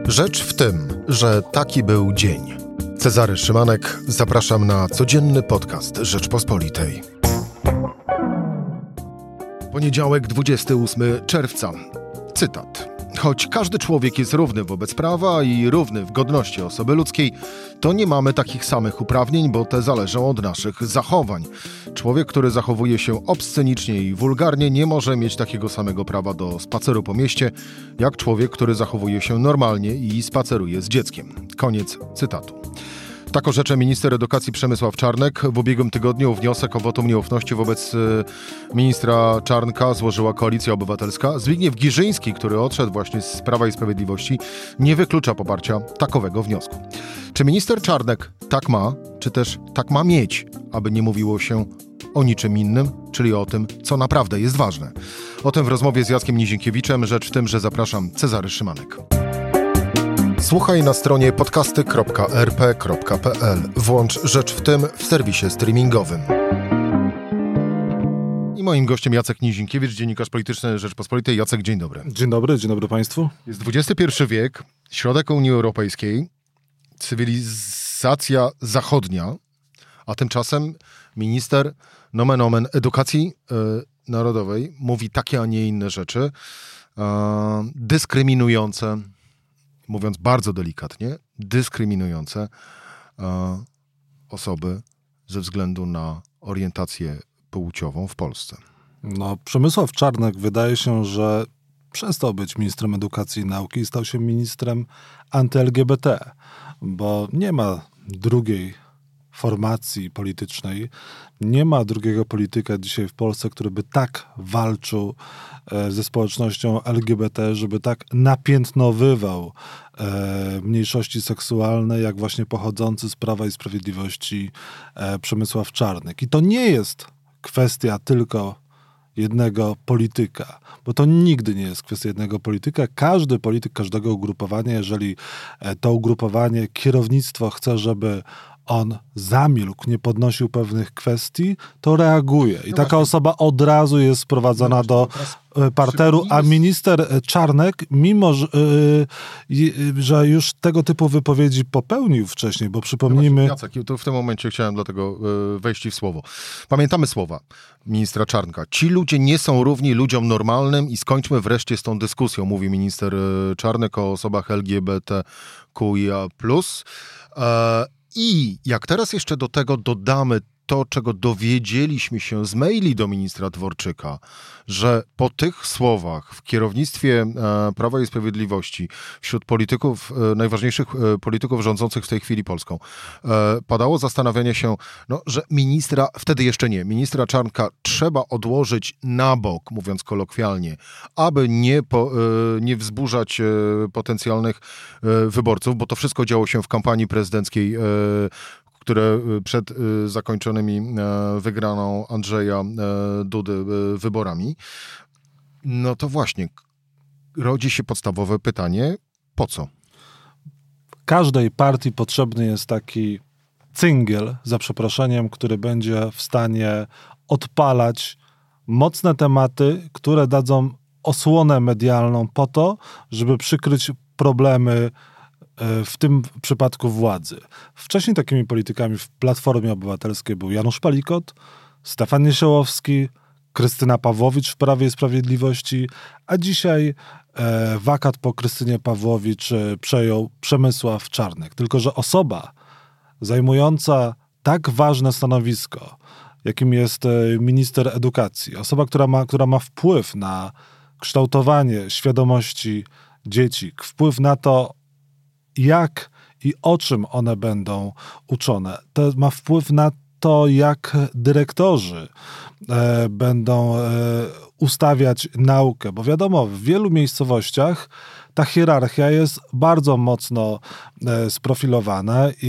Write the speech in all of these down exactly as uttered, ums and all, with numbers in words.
Rzecz w tym, że taki był dzień. Cezary Szymanek, zapraszam na codzienny podcast Rzeczpospolitej. Poniedziałek, dwudziestego ósmego czerwca. Cytat. Choć każdy człowiek jest równy wobec prawa i równy w godności osoby ludzkiej, to nie mamy takich samych uprawnień, bo te zależą od naszych zachowań. Człowiek, który zachowuje się obscenicznie i wulgarnie, nie może mieć takiego samego prawa do spaceru po mieście, jak człowiek, który zachowuje się normalnie i spaceruje z dzieckiem. Koniec cytatu. Tak orzecze minister edukacji Przemysław Czarnek. W ubiegłym tygodniu wniosek o wotum nieufności wobec y, ministra Czarnka złożyła Koalicja Obywatelska. Zbigniew Girzyński, który odszedł właśnie z Prawa i Sprawiedliwości, nie wyklucza poparcia takowego wniosku. Czy minister Czarnek tak ma, czy też tak ma mieć, aby nie mówiło się o niczym innym, czyli o tym, co naprawdę jest ważne? O tym w rozmowie z Jackiem Nizinkiewiczem. Rzecz w tym, że zapraszam, Cezary Szymanek. Słuchaj na stronie podcasty kropka er pe kropka pe el. Włącz Rzecz w tym w serwisie streamingowym. I moim gościem Jacek Nizinkiewicz, dziennikarz polityczny Rzeczpospolitej. Jacek, dzień dobry. Dzień dobry, dzień dobry Państwu. Jest dwudziesty pierwszy wiek, środek Unii Europejskiej, cywilizacja zachodnia, a tymczasem minister nomen omen edukacji y, narodowej mówi takie, a nie inne rzeczy, y, dyskryminujące, mówiąc bardzo delikatnie, dyskryminujące e, osoby ze względu na orientację płciową w Polsce. No, Przemysław Czarnek wydaje się, że przestał być ministrem edukacji i nauki i stał się ministrem anty-el gie be te, bo nie ma drugiej formacji politycznej, nie ma drugiego polityka dzisiaj w Polsce, który by tak walczył e, ze społecznością el gie be te, żeby tak napiętnowywał e, mniejszości seksualne, jak właśnie pochodzący z Prawa i Sprawiedliwości e, Przemysław Czarnek. I to nie jest kwestia tylko jednego polityka, bo to nigdy nie jest kwestia jednego polityka. Każdy polityk, każdego ugrupowania, jeżeli e, to ugrupowanie, kierownictwo chce, żeby on zamilkł, nie podnosił pewnych kwestii, to reaguje. I no taka właśnie. Osoba od razu jest sprowadzona no do parteru, a minister Czarnek, mimo że, yy, że już tego typu wypowiedzi popełnił wcześniej, bo przypomnijmy... No właśnie, Jacek, to w tym momencie chciałem dlatego yy, wejść w słowo. Pamiętamy słowa ministra Czarnka. Ci ludzie nie są równi ludziom normalnym i skończmy wreszcie z tą dyskusją, mówi minister Czarnek o osobach el gie be te ku i a plus. Yy, I jak teraz jeszcze do tego dodamy to, czego dowiedzieliśmy się z maili do ministra Dworczyka, że po tych słowach w kierownictwie e, Prawa i Sprawiedliwości, wśród polityków, e, najważniejszych e, polityków rządzących w tej chwili Polską, e, padało zastanawianie się, no, że ministra, wtedy jeszcze nie, ministra Czarnka trzeba odłożyć na bok, mówiąc kolokwialnie, aby nie, po, e, nie wzburzać e, potencjalnych e, wyborców, bo to wszystko działo się w kampanii prezydenckiej, e, które przed zakończonymi wygraną Andrzeja Dudy wyborami. No to właśnie, rodzi się podstawowe pytanie, po co? Każdej partii potrzebny jest taki cyngiel, za przeproszeniem, który będzie w stanie odpalać mocne tematy, które dadzą osłonę medialną po to, żeby przykryć problemy w tym przypadku władzy. Wcześniej takimi politykami w Platformie Obywatelskiej był Janusz Palikot, Stefan Niesiołowski, Krystyna Pawłowicz w Prawie i Sprawiedliwości, a dzisiaj e, wakat po Krystynie Pawłowicz e, przejął Przemysław Czarnek. Tylko że osoba zajmująca tak ważne stanowisko, jakim jest e, minister edukacji, osoba, która ma, która ma wpływ na kształtowanie świadomości dzieci, wpływ na to, jak i o czym one będą uczone. To ma wpływ na to, jak dyrektorzy e, będą e, ustawiać naukę, bo wiadomo, w wielu miejscowościach ta hierarchia jest bardzo mocno e, sprofilowana i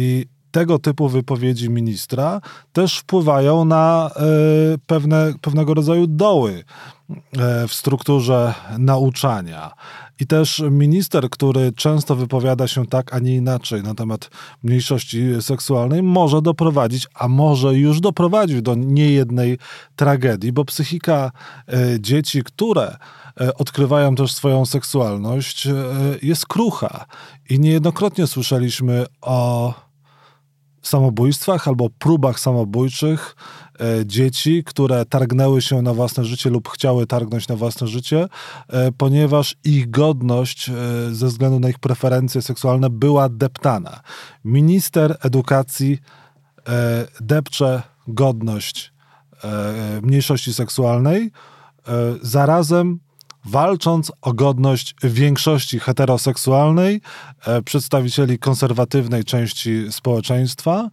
tego typu wypowiedzi ministra też wpływają na y, pewne, pewnego rodzaju doły y, w strukturze nauczania. I też minister, który często wypowiada się tak, a nie inaczej na temat mniejszości seksualnej, może doprowadzić, a może już doprowadził do niejednej tragedii, bo psychika y, dzieci, które y, odkrywają też swoją seksualność, y, jest krucha. I niejednokrotnie słyszeliśmy o samobójstwach albo próbach samobójczych e, dzieci, które targnęły się na własne życie lub chciały targnąć na własne życie, e, ponieważ ich godność e, ze względu na ich preferencje seksualne była deptana. Minister edukacji e, depcze godność e, mniejszości seksualnej, e, zarazem walcząc o godność większości heteroseksualnej, e, przedstawicieli konserwatywnej części społeczeństwa.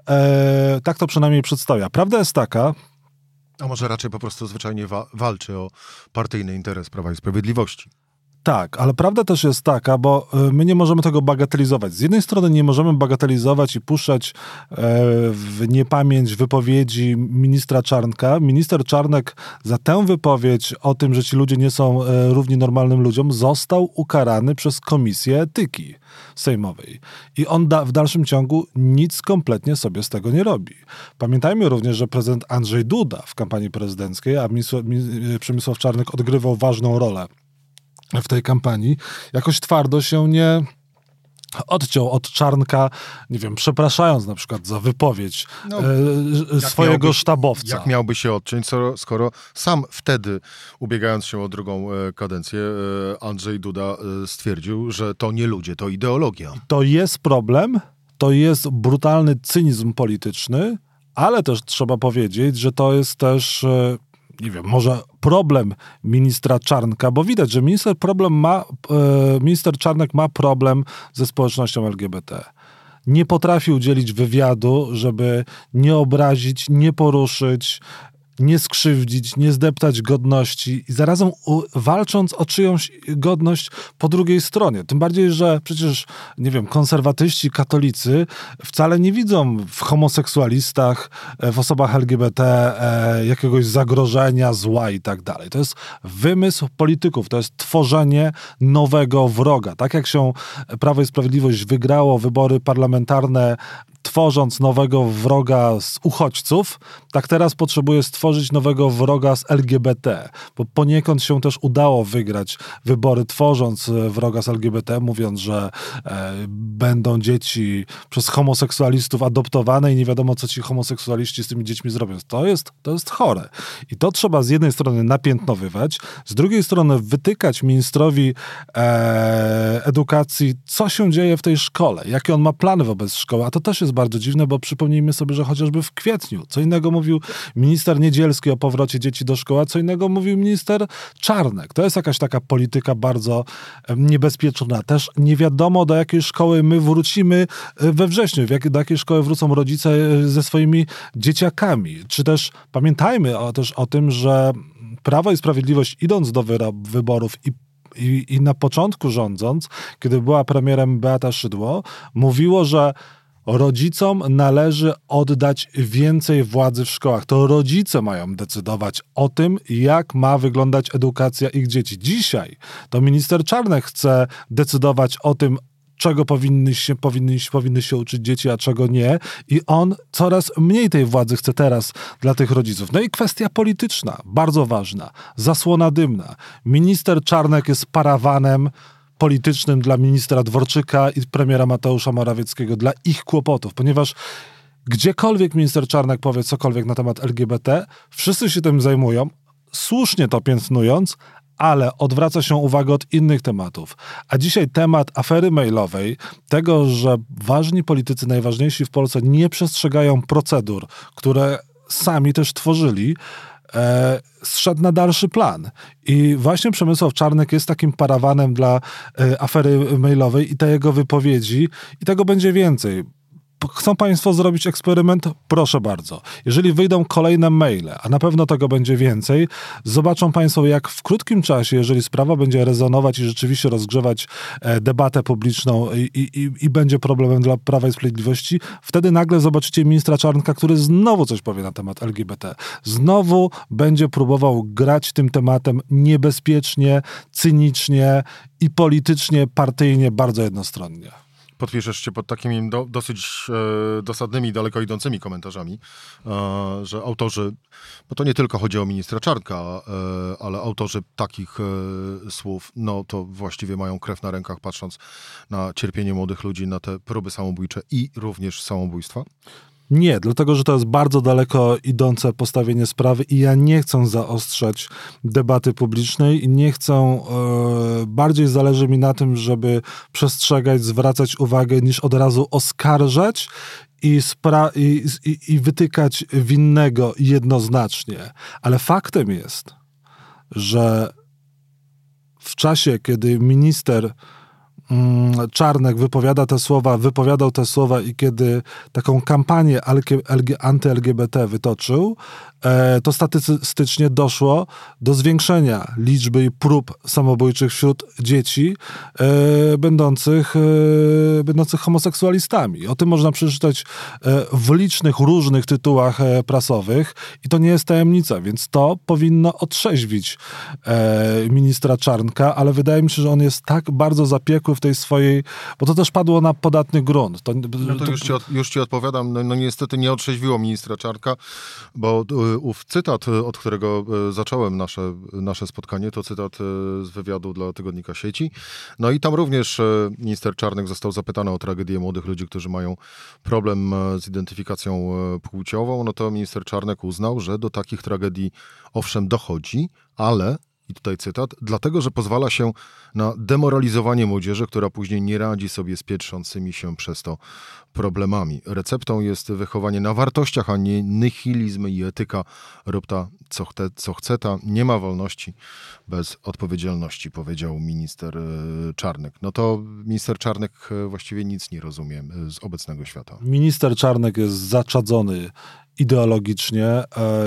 E, tak to przynajmniej przedstawia. Prawda jest taka... A może raczej po prostu zwyczajnie wa- walczy o partyjny interes Prawa i Sprawiedliwości. Tak, ale prawda też jest taka, bo my nie możemy tego bagatelizować. Z jednej strony nie możemy bagatelizować i puszczać w niepamięć wypowiedzi ministra Czarnka. Minister Czarnek za tę wypowiedź o tym, że ci ludzie nie są równi normalnym ludziom, został ukarany przez Komisję Etyki Sejmowej. I on da, w dalszym ciągu nic kompletnie sobie z tego nie robi. Pamiętajmy również, że prezydent Andrzej Duda w kampanii prezydenckiej, a Przemysław Czarnek odgrywał ważną rolę w tej kampanii, jakoś twardo się nie odciął od Czarnka, nie wiem, przepraszając na przykład za wypowiedź no, e, swojego miałby, sztabowca. Jak miałby się odciąć, skoro, skoro sam wtedy, ubiegając się o drugą e, kadencję, e, Andrzej Duda e, stwierdził, że to nie ludzie, to ideologia. To jest problem, to jest brutalny cynizm polityczny, ale też trzeba powiedzieć, że to jest też... E, nie wiem, może problem ministra Czarnka, bo widać, że minister problem ma, e, minister Czarnek ma problem ze społecznością L G B T. Nie potrafi udzielić wywiadu, żeby nie obrazić, nie poruszyć, nie skrzywdzić, nie zdeptać godności i zarazem u, walcząc o czyjąś godność po drugiej stronie. Tym bardziej, że przecież, nie wiem, konserwatyści, katolicy wcale nie widzą w homoseksualistach, w osobach L G B T e, jakiegoś zagrożenia, zła i tak dalej. To jest wymysł polityków, to jest tworzenie nowego wroga. Tak jak się Prawo i Sprawiedliwość wygrało wybory parlamentarne tworząc nowego wroga z uchodźców, tak teraz potrzebuje stworzyć nowego wroga z L G B T, bo poniekąd się też udało wygrać wybory tworząc wroga z L G B T, mówiąc, że e, będą dzieci przez homoseksualistów adoptowane i nie wiadomo, co ci homoseksualiści z tymi dziećmi zrobią. To jest, to jest chore. I to trzeba z jednej strony napiętnowywać, z drugiej strony wytykać ministrowi e, edukacji, co się dzieje w tej szkole, jakie on ma plany wobec szkoły, a to też jest bardzo dziwne, bo przypomnijmy sobie, że chociażby w kwietniu, co innego mówił minister Niedzielski o powrocie dzieci do szkoły, a co innego mówił minister Czarnek. To jest jakaś taka polityka bardzo niebezpieczna. Też nie wiadomo, do jakiej szkoły my wrócimy we wrześniu, do jakiej szkoły wrócą rodzice ze swoimi dzieciakami. Czy też pamiętajmy o, też o tym, że Prawo i Sprawiedliwość, idąc do wyborów i I, i na początku rządząc, kiedy była premierem Beata Szydło, mówiło, że rodzicom należy oddać więcej władzy w szkołach. To rodzice mają decydować o tym, jak ma wyglądać edukacja ich dzieci. Dzisiaj to minister Czarnek chce decydować o tym, czego powinny się, powinny, powinny się uczyć dzieci, a czego nie. I on coraz mniej tej władzy chce teraz dla tych rodziców. No i kwestia polityczna, bardzo ważna. Zasłona dymna. Minister Czarnek jest parawanem politycznym dla ministra Dworczyka i premiera Mateusza Morawieckiego, dla ich kłopotów, ponieważ gdziekolwiek minister Czarnek powie cokolwiek na temat L G B T, wszyscy się tym zajmują, słusznie to piętnując, ale odwraca się uwagę od innych tematów. A dzisiaj temat afery mailowej, tego, że ważni politycy, najważniejsi w Polsce nie przestrzegają procedur, które sami też tworzyli, E, zszedł na dalszy plan. I właśnie Przemysław Czarnek jest takim parawanem dla e, afery mailowej i te jego wypowiedzi, i tego będzie więcej. chcą państwo zrobić eksperyment? Proszę bardzo. Jeżeli wyjdą kolejne maile, a na pewno tego będzie więcej, zobaczą państwo, jak w krótkim czasie, jeżeli sprawa będzie rezonować i rzeczywiście rozgrzewać e, debatę publiczną i, i, i będzie problemem dla Prawa i Sprawiedliwości, wtedy nagle zobaczycie ministra Czarnka, który znowu coś powie na temat L G B T. Znowu będzie próbował grać tym tematem niebezpiecznie, cynicznie i politycznie, partyjnie, bardzo jednostronnie. Podpiszesz się pod takimi do, dosyć e, dosadnymi, daleko idącymi komentarzami, e, że autorzy, bo to nie tylko chodzi o ministra Czarnka, e, ale autorzy takich e, słów, no to właściwie mają krew na rękach, patrząc na cierpienie młodych ludzi, na te próby samobójcze i również samobójstwa? Nie, dlatego, że to jest bardzo daleko idące postawienie sprawy i ja nie chcę zaostrzać debaty publicznej i nie chcę, e, bardziej zależy mi na tym, żeby przestrzegać, zwracać uwagę, niż od razu oskarżać i, spra- i, i, i wytykać winnego jednoznacznie. Ale faktem jest, że w czasie, kiedy minister Czarnek wypowiada te słowa, wypowiadał te słowa i kiedy taką kampanię anty-L G B T wytoczył, to statystycznie doszło do zwiększenia liczby i prób samobójczych wśród dzieci będących, będących homoseksualistami. O tym można przeczytać w licznych, różnych tytułach prasowych i to nie jest tajemnica, więc to powinno otrzeźwić ministra Czarnka, ale wydaje mi się, że on jest tak bardzo zapiekły w tej swojej, bo to też padło na podatny grunt. To, no to, to już, ci od, już ci odpowiadam. No, no niestety nie otrzeźwiło ministra Czarnka, bo ów cytat, od którego zacząłem nasze, nasze spotkanie, to cytat z wywiadu dla tygodnika Sieci. No i tam również minister Czarnek został zapytany o tragedię młodych ludzi, którzy mają problem z identyfikacją płciową. No to minister Czarnek uznał, że do takich tragedii owszem dochodzi, ale i tutaj cytat, dlatego, że pozwala się na demoralizowanie młodzieży, która później nie radzi sobie z pietrzącymi się przez to problemami. Receptą jest wychowanie na wartościach, a nie nihilizm i etyka. Rób ta, co, chce, co chce ta. Nie ma wolności bez odpowiedzialności, powiedział minister Czarnek. No to minister Czarnek właściwie nic nie rozumie z obecnego świata. Minister Czarnek jest zaczadzony ideologicznie e,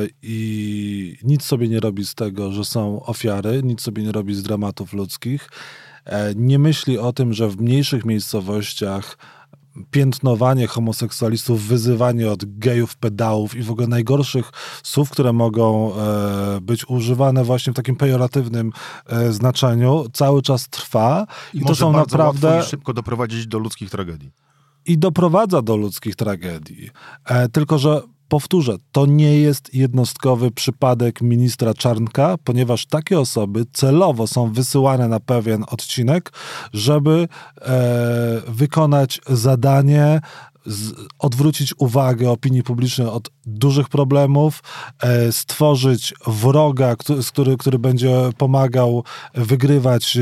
i nic sobie nie robi z tego, że są ofiary, nic sobie nie robi z dramatów ludzkich. E, nie myśli o tym, że w mniejszych miejscowościach piętnowanie homoseksualistów, wyzywanie od gejów, pedałów i w ogóle najgorszych słów, które mogą e, być używane właśnie w takim pejoratywnym e, znaczeniu, cały czas trwa. I, I to są naprawdę łatwo i szybko doprowadzić do ludzkich tragedii. I doprowadza do ludzkich tragedii. E, tylko, że powtórzę, to nie jest jednostkowy przypadek ministra Czarnka, ponieważ takie osoby celowo są wysyłane na pewien odcinek, żeby e, wykonać zadanie, z, odwrócić uwagę opinii publicznej od dużych problemów, e, stworzyć wroga, który, który, który będzie pomagał wygrywać e,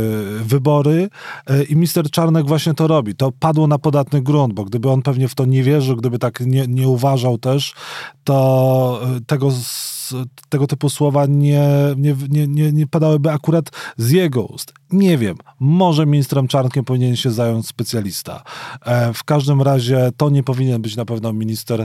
wybory e, i minister Czarnek właśnie to robi. To padło na podatny grunt, bo gdyby on pewnie w to nie wierzył, gdyby tak nie, nie uważał też, to tego tego typu słowa nie, nie, nie, nie, nie padałyby akurat z jego ust. Nie wiem, może ministrem Czarnkiem powinien się zająć specjalista. E, w każdym razie to nie powinien być na pewno minister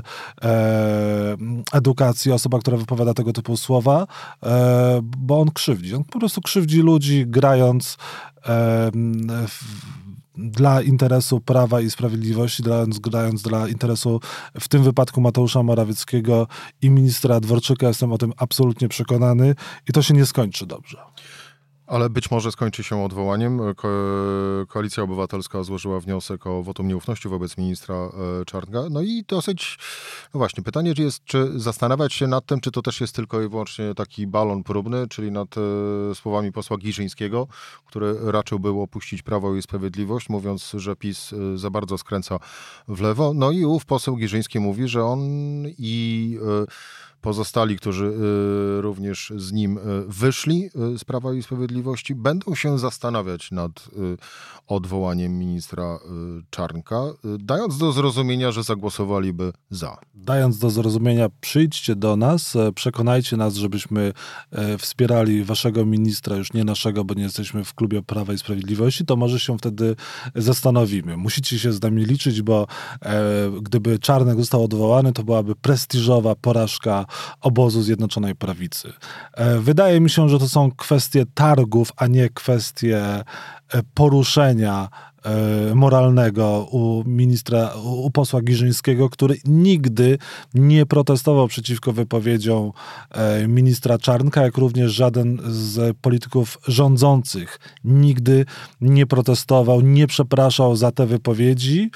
e, edukacji, osoba, która wypowiada tego typu słowa, e, bo on krzywdzi. On po prostu krzywdzi ludzi, grając e, w, dla interesu Prawa i Sprawiedliwości, grając, grając dla interesu w tym wypadku Mateusza Morawieckiego i ministra Dworczyka. Jestem o tym absolutnie przekonany i to się nie skończy dobrze. Ale być może skończy się odwołaniem. Ko- Koalicja Obywatelska złożyła wniosek o wotum nieufności wobec ministra Czarnka. No i dosyć, no właśnie, pytanie jest, czy zastanawiać się nad tym, czy to też jest tylko i wyłącznie taki balon próbny, czyli nad e, słowami posła Giżyńskiego, który raczył był opuścić Prawo i Sprawiedliwość, mówiąc, że PiS e, za bardzo skręca w lewo. No i ów poseł Giżyński mówi, że on i... E, pozostali, którzy również z nim wyszli z Prawa i Sprawiedliwości, będą się zastanawiać nad odwołaniem ministra Czarnka, dając do zrozumienia, że zagłosowaliby za. Dając do zrozumienia, przyjdźcie do nas, przekonajcie nas, żebyśmy wspierali waszego ministra, już nie naszego, bo nie jesteśmy w klubie Prawa i Sprawiedliwości, to może się wtedy zastanowimy. Musicie się z nami liczyć, bo e, gdyby Czarnek został odwołany, to byłaby prestiżowa porażka obozu Zjednoczonej Prawicy. E, wydaje mi się, że to są kwestie targów, a nie kwestie poruszenia moralnego u ministra, u posła Giżyńskiego, który nigdy nie protestował przeciwko wypowiedziom ministra Czarnka, jak również żaden z polityków rządzących nigdy nie protestował, nie przepraszał za te wypowiedzi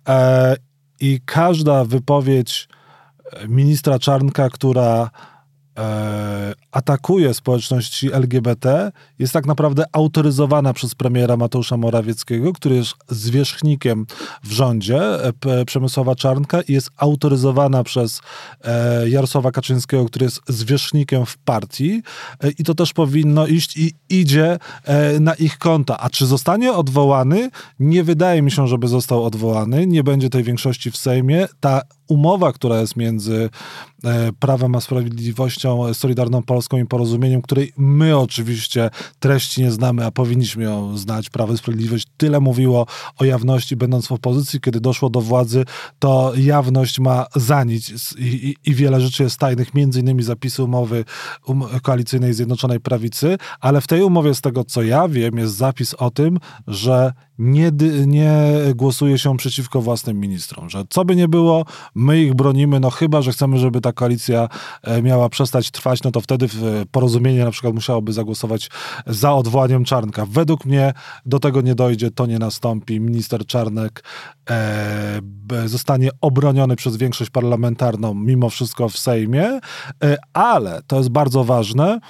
i każda wypowiedź ministra Czarnka, która atakuje społeczności L G B T, jest tak naprawdę autoryzowana przez premiera Mateusza Morawieckiego, który jest zwierzchnikiem w rządzie Przemysława Czarnka i jest autoryzowana przez Jarosława Kaczyńskiego, który jest zwierzchnikiem w partii i to też powinno iść i idzie na ich konta. A czy zostanie odwołany? Nie wydaje mi się, żeby został odwołany. Nie będzie tej większości w Sejmie. Ta umowa, która jest między Prawem a Sprawiedliwością, Solidarną Polską i Porozumieniem, której my oczywiście treści nie znamy, a powinniśmy ją znać. Prawo i Sprawiedliwość tyle mówiło o jawności, będąc w opozycji, kiedy doszło do władzy, to jawność ma zanić i, i, i wiele rzeczy jest tajnych, między innymi zapisy umowy um, koalicyjnej Zjednoczonej Prawicy, ale w tej umowie, z tego co ja wiem, jest zapis o tym, że nie, nie głosuje się przeciwko własnym ministrom, że co by nie było, my ich bronimy, no chyba, że chcemy, żeby ta koalicja miała przestać trwać, no to wtedy w Porozumienie na przykład musiałoby zagłosować za odwołaniem Czarnka. Według mnie do tego nie dojdzie, to nie nastąpi. Minister Czarnek e, zostanie obroniony przez większość parlamentarną mimo wszystko w Sejmie, e, ale to jest bardzo ważne,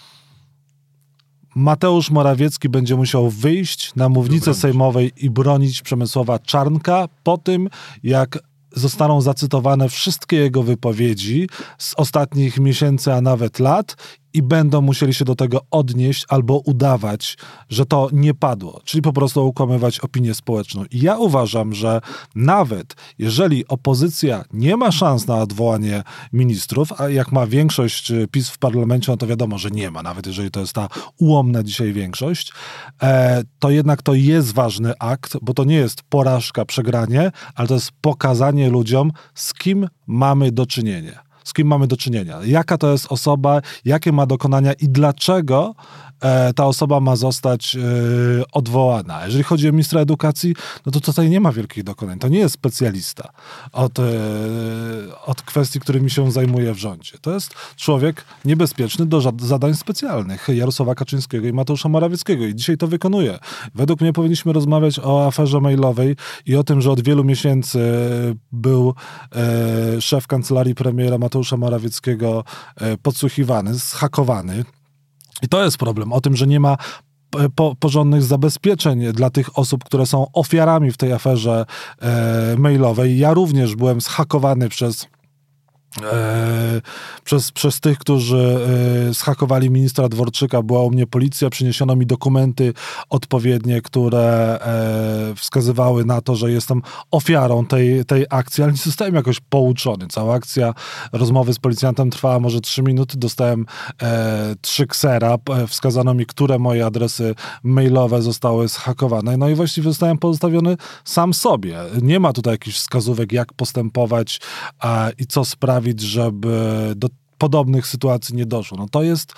Mateusz Morawiecki będzie musiał wyjść na mównicę sejmowej i bronić Przemysława Czarnka po tym, jak zostaną zacytowane wszystkie jego wypowiedzi z ostatnich miesięcy, a nawet lat i będą musieli się do tego odnieść albo udawać, że to nie padło, czyli po prostu ukłamywać opinię społeczną. I ja uważam, że nawet jeżeli opozycja nie ma szans na odwołanie ministrów, a jak ma większość PiS w parlamencie, no to wiadomo, że nie ma, nawet jeżeli to jest ta ułomna dzisiaj większość, to jednak to jest ważny akt, bo to nie jest porażka, przegranie, ale to jest pokazanie ludziom, z kim mamy do czynienia. Z kim mamy do czynienia, jaka to jest osoba, jakie ma dokonania i dlaczego e, ta osoba ma zostać e, odwołana. Jeżeli chodzi o ministra edukacji, no to tutaj nie ma wielkich dokonań. To nie jest specjalista od, e, od kwestii, którymi się zajmuje w rządzie. To jest człowiek niebezpieczny do zadań specjalnych Jarosława Kaczyńskiego i Mateusza Morawieckiego i dzisiaj to wykonuje. Według mnie powinniśmy rozmawiać o aferze mailowej i o tym, że od wielu miesięcy był e, szef kancelarii premiera Mateusza Morawieckiego podsłuchiwany, zhakowany. I to jest problem. O tym, że nie ma po, porządnych zabezpieczeń dla tych osób, które są ofiarami w tej aferze e, mailowej. Ja również byłem zhakowany przez E, przez, przez tych, którzy e, zhakowali ministra Dworczyka. Była u mnie policja, przyniesiono mi dokumenty odpowiednie, które e, wskazywały na to, że jestem ofiarą tej, tej akcji, ale nie zostałem jakoś pouczony. Cała akcja rozmowy z policjantem trwała może trzy minuty, dostałem e, trzy ksera, e, wskazano mi, które moje adresy mailowe zostały zhakowane, no i właściwie zostałem pozostawiony sam sobie. Nie ma tutaj jakichś wskazówek, jak postępować a, i co sprawić, żeby do podobnych sytuacji nie doszło. No to jest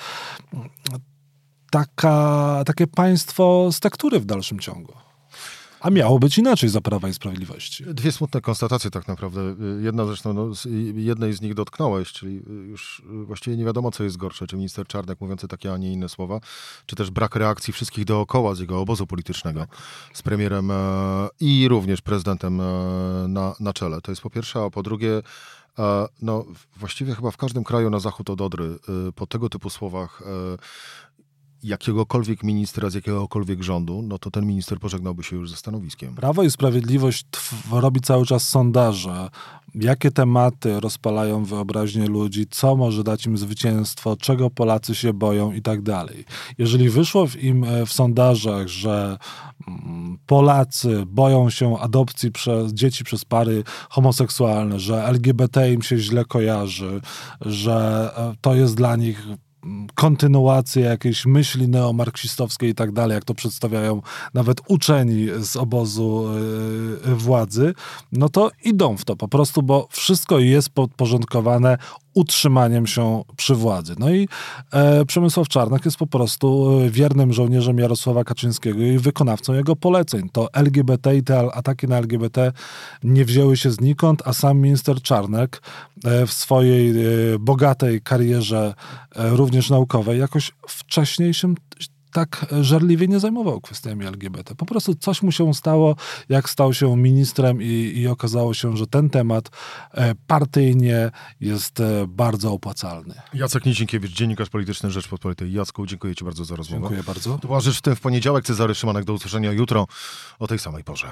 taka, takie państwo z tektury w dalszym ciągu. A miało być inaczej za Prawa i Sprawiedliwości. Dwie smutne konstatacje tak naprawdę. Jedna zresztą, no, jednej z nich dotknąłeś, czyli już właściwie nie wiadomo, co jest gorsze, czy minister Czarnek mówiący takie, a nie inne słowa, czy też brak reakcji wszystkich dookoła z jego obozu politycznego, z premierem e, i również prezydentem e, na, na czele. To jest po pierwsze, a po drugie, e, no właściwie chyba w każdym kraju na zachód od Odry e, po tego typu słowach e, jakiegokolwiek ministra z jakiegokolwiek rządu, no to ten minister pożegnałby się już ze stanowiskiem. Prawo i Sprawiedliwość tw- robi cały czas sondaże, jakie tematy rozpalają wyobraźnię ludzi, co może dać im zwycięstwo, czego Polacy się boją i tak dalej. Jeżeli wyszło w im w sondażach, że Polacy boją się adopcji przez dzieci przez pary homoseksualne, że L G B T im się źle kojarzy, że to jest dla nich kontynuację jakiejś myśli neomarksistowskiej i tak dalej, jak to przedstawiają nawet uczeni z obozu yy, władzy, no to idą w to po prostu, bo wszystko jest podporządkowane utrzymaniem się przy władzy. No i e, Przemysław Czarnek jest po prostu wiernym żołnierzem Jarosława Kaczyńskiego i wykonawcą jego poleceń. To L G B T i te ataki na L G B T nie wzięły się znikąd, a sam minister Czarnek e, w swojej e, bogatej karierze e, również naukowej jakoś wcześniej się tak żarliwie nie zajmował kwestiami L G B T. Po prostu coś mu się stało, jak stał się ministrem i, i okazało się, że ten temat e, partyjnie jest e, bardzo opłacalny. Jacek Nicinkiewicz, dziennikarz polityczny Rzeczpospolitej. Jacku, dziękuję ci bardzo za rozmowę. Dziękuję bardzo. To była Rzecz w tym w poniedziałek. Cezary Szymanek, do usłyszenia jutro o tej samej porze.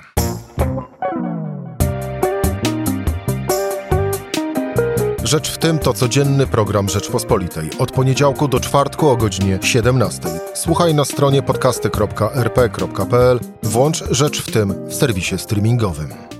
Rzecz w tym to codzienny program Rzeczpospolitej. Od poniedziałku do czwartku o godzinie siedemnastej. Słuchaj na stronie podcasty kropka r p kropka p l. Włącz Rzecz w tym w serwisie streamingowym.